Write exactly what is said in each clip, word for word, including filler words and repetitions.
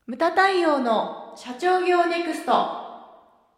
ムタ太陽の社長業ネクスト。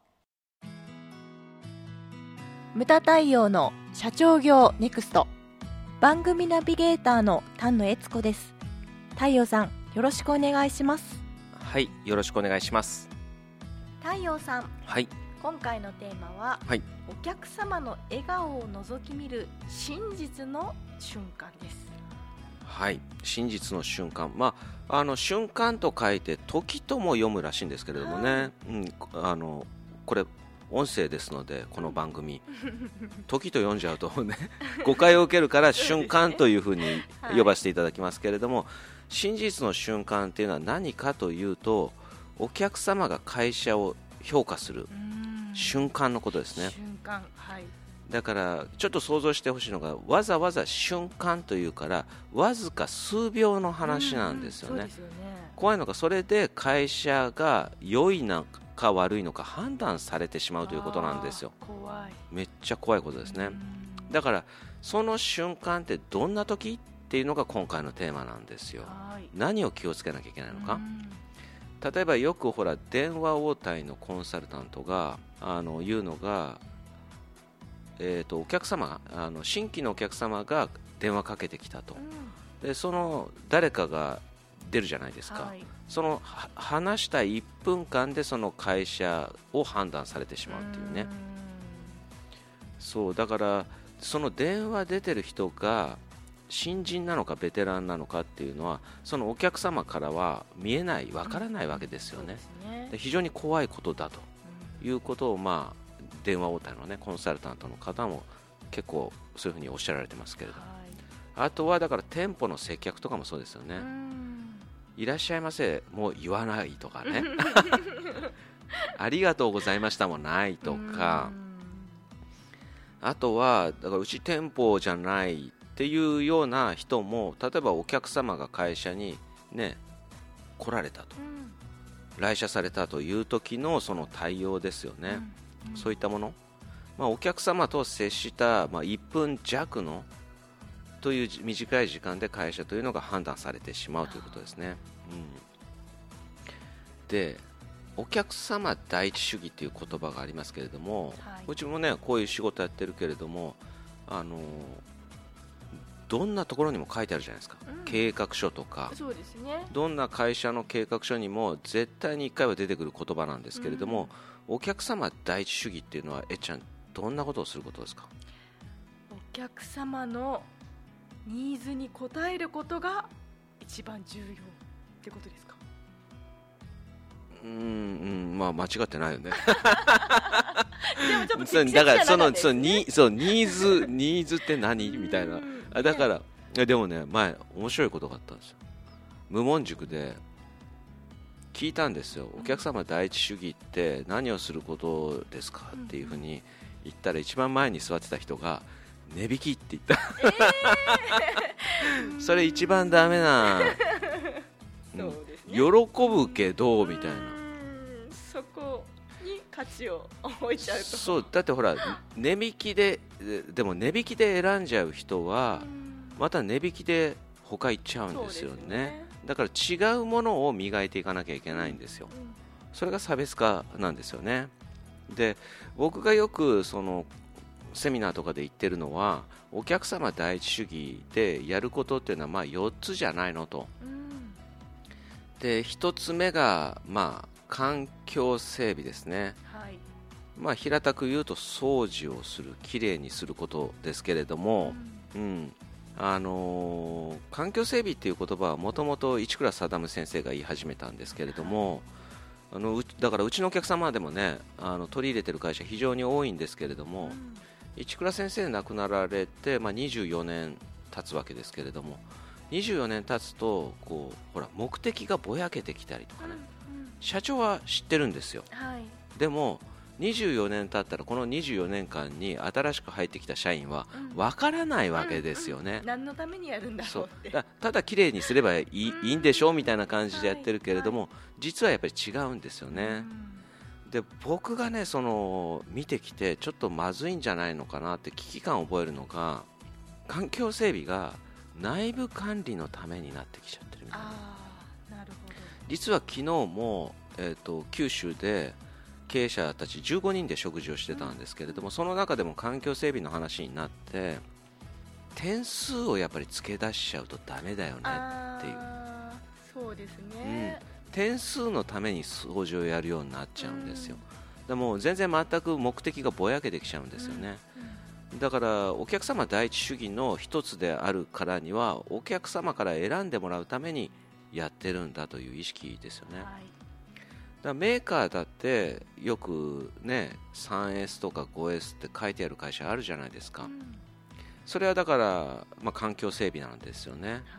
ムタ太陽の社長業ネクスト、番組ナビゲーターの丹野悦子です。太陽さん、よろしくお願いします。 はい、よろしくお願いします。 太陽さん、 はい、 今回のテーマは、はい、お客様の笑顔を覗き見る真実の瞬間です。 はい、真実の瞬間、まあ、あの瞬間と書いて時とも読むらしいんですけれどもね、はい、うん、あのこれ音声ですので、この番組時と読んじゃうとね誤解を受けるから瞬間というふうに呼ばせていただきますけれども、はい、真実の瞬間というのは何かというと、お客様が会社を評価する瞬間のことですね。 瞬間、はい。 だからちょっと想像してほしいのが、わざわざ瞬間というからわずか数秒の話なんですよね。うんうん、そうですよね。怖いのが、それで会社が良いのか悪いのか判断されてしまうということなんですよ。 怖い。 めっちゃ怖いことですね。だからその瞬間ってどんな時っていうのが今回のテーマなんですよ。何を気をつけなきゃいけないのか。例えばよくほら電話応対のコンサルタントがあの言うのが、えー、とお客様あの新規のお客様が電話かけてきたと、うん、でその誰かが出るじゃないですか、はい、その話したいっぷんかんでその会社を判断されてしまうっていうね。うそうだからその電話出てる人が新人なのかベテランなのかっていうのは、そのお客様からは見えない、わからないわけですよね。うん、そうですね。で非常に怖いことだということを、まあ電話応対の、ね、コンサルタントの方も結構そういうふうにおっしゃられてますけれども、はい、あとはだから店舗の接客とかもそうですよね。いらっしゃいませもう言わないとかねありがとうございましたもないとか、あとはだからうち店舗じゃないっていうような人も、例えばお客様が会社に、ね、来られたと、うん、来社されたという時のその対応ですよね。うん、そういったもの、まあ、お客様と接した、まあ、いっぷん弱のという短い時間で会社というのが判断されてしまうということですね。うん、でお客様第一主義という言葉がありますけれども、はい、うちもねこういう仕事やってるけれども、あのどんなところにも書いてあるじゃないですか、うん、計画書とか。そうですね。どんな会社の計画書にも絶対にいっかいは出てくる言葉なんですけれども、うん、お客様第一主義っていうのはえっちゃんどんなことをすることですか？ お客様のニーズに応えることが一番重要ってことですか？ うーん、うん、まあ間違ってないよねでもちょっとちっちゃいだからそのそのニそうニーズニーズって何みたいな。あだから、でもね前面白いことがあったんですよ。無門塾で聞いたんですよ。お客様第一主義って何をすることですかっていうふうに言ったら、一番前に座ってた人が値引きって言った、えー、それ一番ダメなそうですね、喜ぶけどみたいな、 そこに価値を置いちゃうと。 そうだってほら値引きででも値引きで選んじゃう人はまた値引きで他行っちゃうんですよ ね, ですね。だから違うものを磨いていかなきゃいけないんですよ。それが差別化なんですよね。で僕がよくそのセミナーとかで言ってるのは、お客様第一主義でやることっていうのはまあよっつじゃないのと、うん、でひとつめがまあ環境整備ですね、はい、まあ、平たく言うと掃除をする、きれいにすることですけれども、うん、うん、あのー、環境整備っていう言葉はもともと市倉定先生が言い始めたんですけれども、はい、あのうだからうちのお客様でもねあの取り入れてる会社非常に多いんですけれども、うん、市倉先生亡くなられて、まあ、にじゅうよねん経つわけですけれども、にじゅうよねん経つとこうほら目的がぼやけてきたりとかね、うんうん、社長は知ってるんですよ、はい、でもにじゅうよねん経ったらこのにじゅうよねんかんに新しく入ってきた社員はわからないわけですよね、うんうん、 何のためにやるんだろうって。 だただ綺麗にすればい い, いいんでしょうみたいな感じでやってるけれども、はいはい、実はやっぱり違うんですよね、うん、で僕がねその見てきてちょっとまずいんじゃないのかなって危機感を覚えるのが、環境整備が内部管理のためになってきちゃってるみたいな。 あー、なるほど。 実は昨日も、えーと、九州で経営者たちじゅうごにんで食事をしてたんですけれども、その中でも環境整備の話になって点数をやっぱり付け出しちゃうとダメだよねっていう。 そうですね、 うん、点数のために掃除をやるようになっちゃうんですよ。でも全然全く目的がぼやけてきちゃうんですよね、うんうん、だからお客様第一主義の一つであるからにはお客様から選んでもらうためにやってるんだという意識ですよね、はい、だからメーカーだってよくね スリーエス とか ファイブエス って書いてある会社あるじゃないですか、うん、それはだから、まあ、環境整備なんですよね、はい、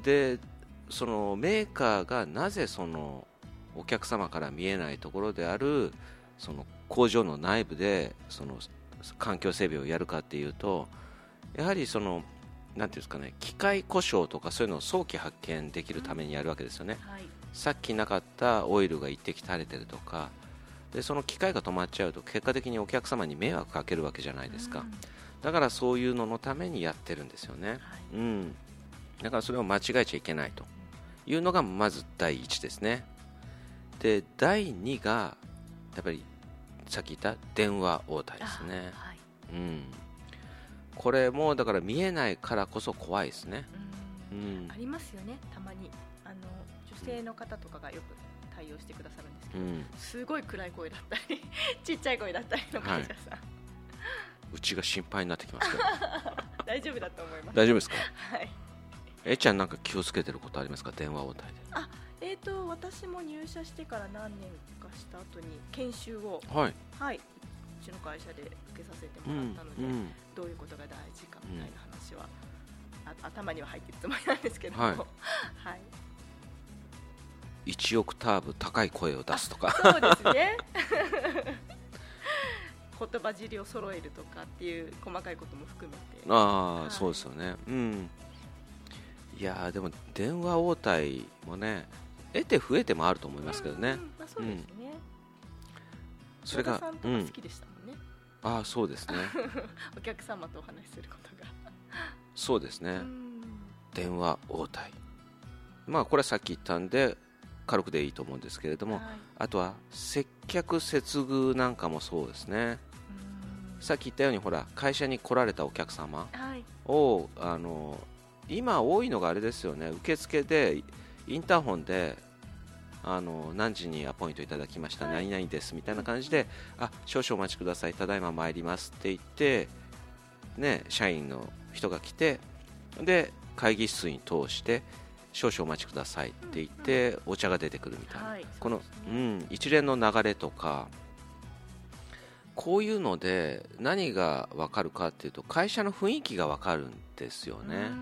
でそのメーカーがなぜそのお客様から見えないところであるその工場の内部でその環境整備をやるかっていうと、やはりそのなんていうんですかね、機械故障とかそういうのを早期発見できるためにやるわけですよね、はい、さっきなかったオイルが一滴垂れてるとかで、その機械が止まっちゃうと結果的にお客様に迷惑かけるわけじゃないですか、うん、だからそういうののためにやってるんですよね、はい、うん、だからそれを間違えちゃいけないというのがまずだいいちですね。でだいにがやっぱりさっき言った電話応対ですね、はい、うん、これもだから見えないからこそ怖いですね、 うん、うん、ありますよね、たまにあの女性の方とかがよく対応してくださるんですけど、うん、すごい暗い声だったりちっちゃい声だったりの会社さん、はい、 うちが心配になってきますけど大丈夫だと思います。 大丈夫ですか、 はい、 えちゃんなんか気をつけてることありますか、電話応対で。 あ、えーと、私も入社してから何年かした後に研修を、 はいはい、うちの会社で受けさせてもらったので、うんうん、どういうことが大事かみたいな話は、うん、頭には入ってるつもりなんですけども、はいはい、 いちオクターブ高い声を出すとかそうですね言葉尻を揃えるとかっていう細かいことも含めて、 ああ、はい、そうですよね、うん、いやでも電話応対もね得て増えてもあると思いますけどね、うんうん、 まあ、そうですね、うん、 それがさんとか好きでしたもんね、 うん、ああそうですねお客様とお話しすることがそうですね、うん、電話応対、まあこれはさっき言ったんで軽くでいいと思うんですけれども、はい、あとは接客接遇なんかもそうですね、うん、さっき言ったようにほら会社に来られたお客様を、はい、あの今多いのがあれですよね、受付でインターホンであの何時にアポイントいただきました、はい、何々ですみたいな感じで、あ、少々お待ちください、ただいま参りますって言って、ね、社員の人が来て、で会議室に通して少々お待ちくださいって言って、うんうん、お茶が出てくるみたいな、はい、この、ね、うん、一連の流れとか、こういうので何が分かるかっていうと会社の雰囲気が分かるんですよね。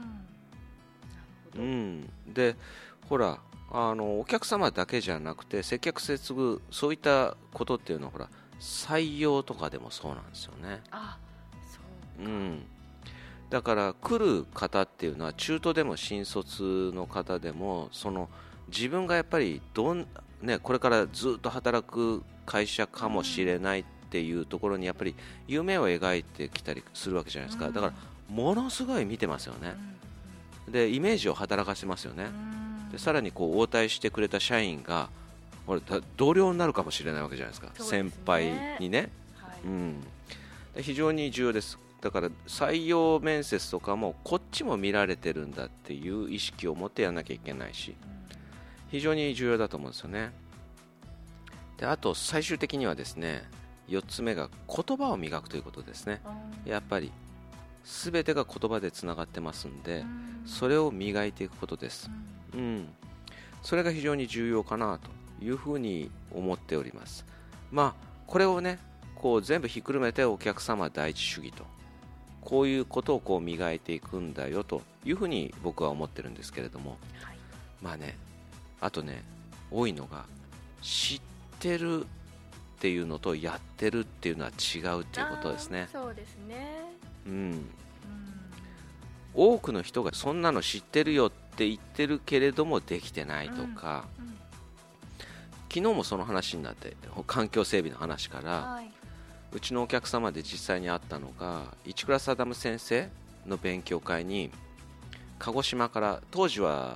うん、でほらあのお客様だけじゃなくて接客接遇そういったことっていうのはほら採用とかでもそうなんですよね。 あ、そうか、 うん、だから来る方っていうのは中途でも新卒の方でもその自分がやっぱりどん、ね、これからずっと働く会社かもしれないっていうところにやっぱり夢を描いてきたりするわけじゃないですか。だからものすごい見てますよね。でイメージを働かせますよね。でさらにこう応対してくれた社員が俺同僚になるかもしれないわけじゃないですか。 そうですね、 先輩にね、はい、うん、で非常に重要です。だから採用面接とかもこっちも見られてるんだっていう意識を持ってやらなきゃいけないし、非常に重要だと思うんですよね。であと最終的にはですね、よっつめが言葉を磨くということですね。やっぱり全てが言葉でつながってますんで、それを磨いていくことです、うん、それが非常に重要かなというふうに思っております。まあこれをねこう全部ひっくるめてお客様第一主義と、こういうことをこう磨いていくんだよというふうに僕は思ってるんですけれども、はい、まあね、あとね多いのが知ってるっていうのとやってるっていうのは違うっていうことですね。 そうですね、 うんうん、多くの人がそんなの知ってるよって言ってるけれどもできてないとか、うんうん、昨日もその話になって環境整備の話から、はい、うちのお客様で実際にあったのが市倉定先生の勉強会に鹿児島から当時は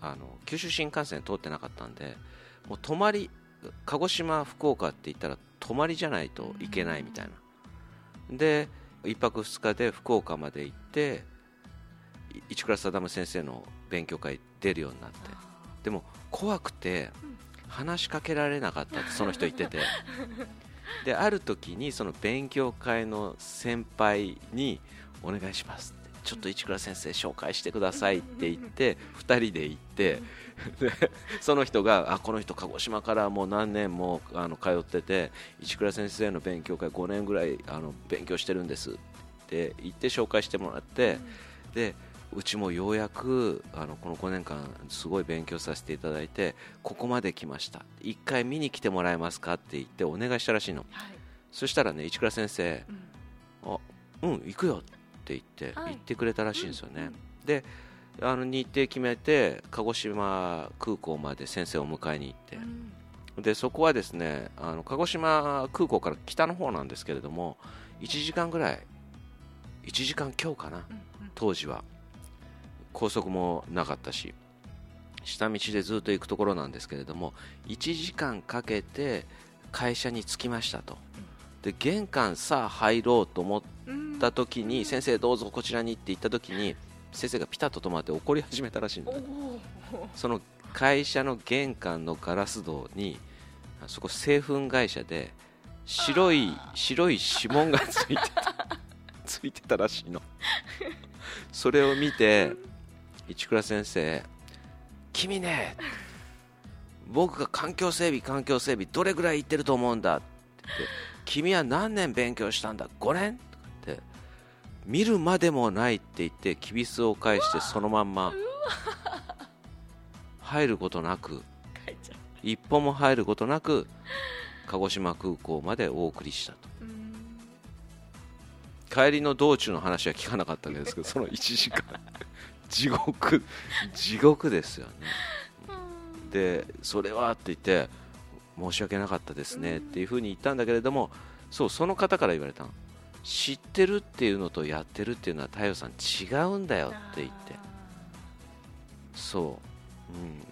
あの九州新幹線通ってなかったんで、もう泊まり、鹿児島福岡って言ったら泊まりじゃないといけないみたいな。でいっぱくふつかで福岡まで行って市倉定先生の勉強会出るようになって、でも怖くて話しかけられなかったってその人言っててである時にその勉強会の先輩にお願いしますって、ちょっと市倉先生紹介してくださいって言ってふたりで行ってでその人があこの人鹿児島からもう何年もあの通ってて市倉先生の勉強会ごねんぐらいあの勉強してるんですって言って紹介してもらって、でうちもようやくあのこのごねんかんすごい勉強させていただいてここまで来ました、一回見に来てもらえますかって言ってお願いしたらしいの、はい、そしたらね市倉先生、うん、あうん行くよって言って、はい、言ってくれたらしいんですよね、うんうん、であの日程決めて鹿児島空港まで先生を迎えに行って、うん、でそこはですねあの鹿児島空港から北の方なんですけれどもいちじかんぐらいいちじかん強かな、うんうん、当時は高速もなかったし下道でずっと行くところなんですけれどもいちじかんかけて会社に着きましたと。で玄関さあ入ろうと思った時に、うん、先生どうぞこちらにって言った時に先生がピタッと止まって怒り始めたらしいんだ。その会社の玄関のガラス戸にそこ製粉会社で白い白い指紋がついてたついてたらしいの。それを見て市倉先生君ね僕が環境整備環境整備どれぐらい言ってると思うんだって言って君は何年勉強したんだごねんって見るまでもないって言ってきびすを返してそのまんま入ることなく一歩も入ることなく鹿児島空港までお送りしたと。帰りの道中の話は聞かなかったわけですけどそのいちじかん地獄地獄ですよね。でそれはって言って申し訳なかったですねっていうふうに言ったんだけれども、そうその方から言われたの、知ってるっていうのとやってるっていうのは太陽さん違うんだよって言って、そう、うん、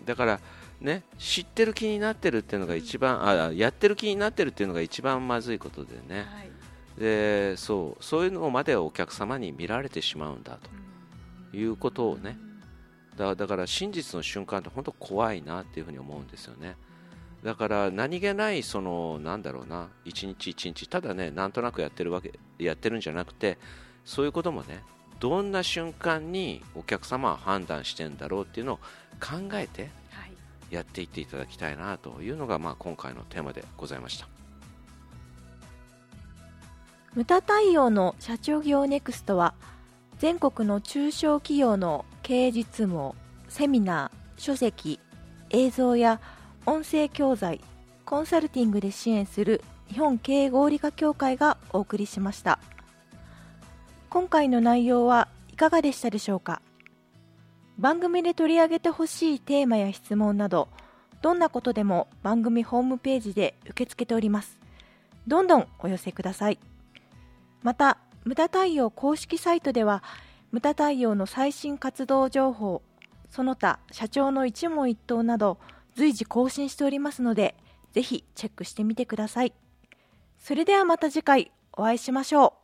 だからね知ってる気になってるっていうのが一番、あやってる気になってるっていうのが一番まずいことでね、はい、でそうそういうのまでお客様に見られてしまうんだということをね、だ, だから真実の瞬間って本当怖いなっていうふうに思うんですよね。だから何気ないそのなんだろうな一日一日ただねなんとなくやってるわけやってるんじゃなくて、そういうこともねどんな瞬間にお客様は判断してんだろうっていうのを考えてやっていっていただきたいなというのが、まあ、今回のテーマでございました。 ムタ太陽の社長業ネクストは全国の中小企業の経営実務をセミナー、書籍、映像や音声教材、コンサルティングで支援する日本経営合理化協会がお送りしました。今回の内容はいかがでしたでしょうか。番組で取り上げてほしいテーマや質問などどんなことでも番組ホームページで受け付けております。どんどんお寄せください。またムタ太陽公式サイトではムタ太陽の最新活動情報、その他社長の一問一答など随時更新しておりますのでぜひチェックしてみてください。それではまた次回お会いしましょう。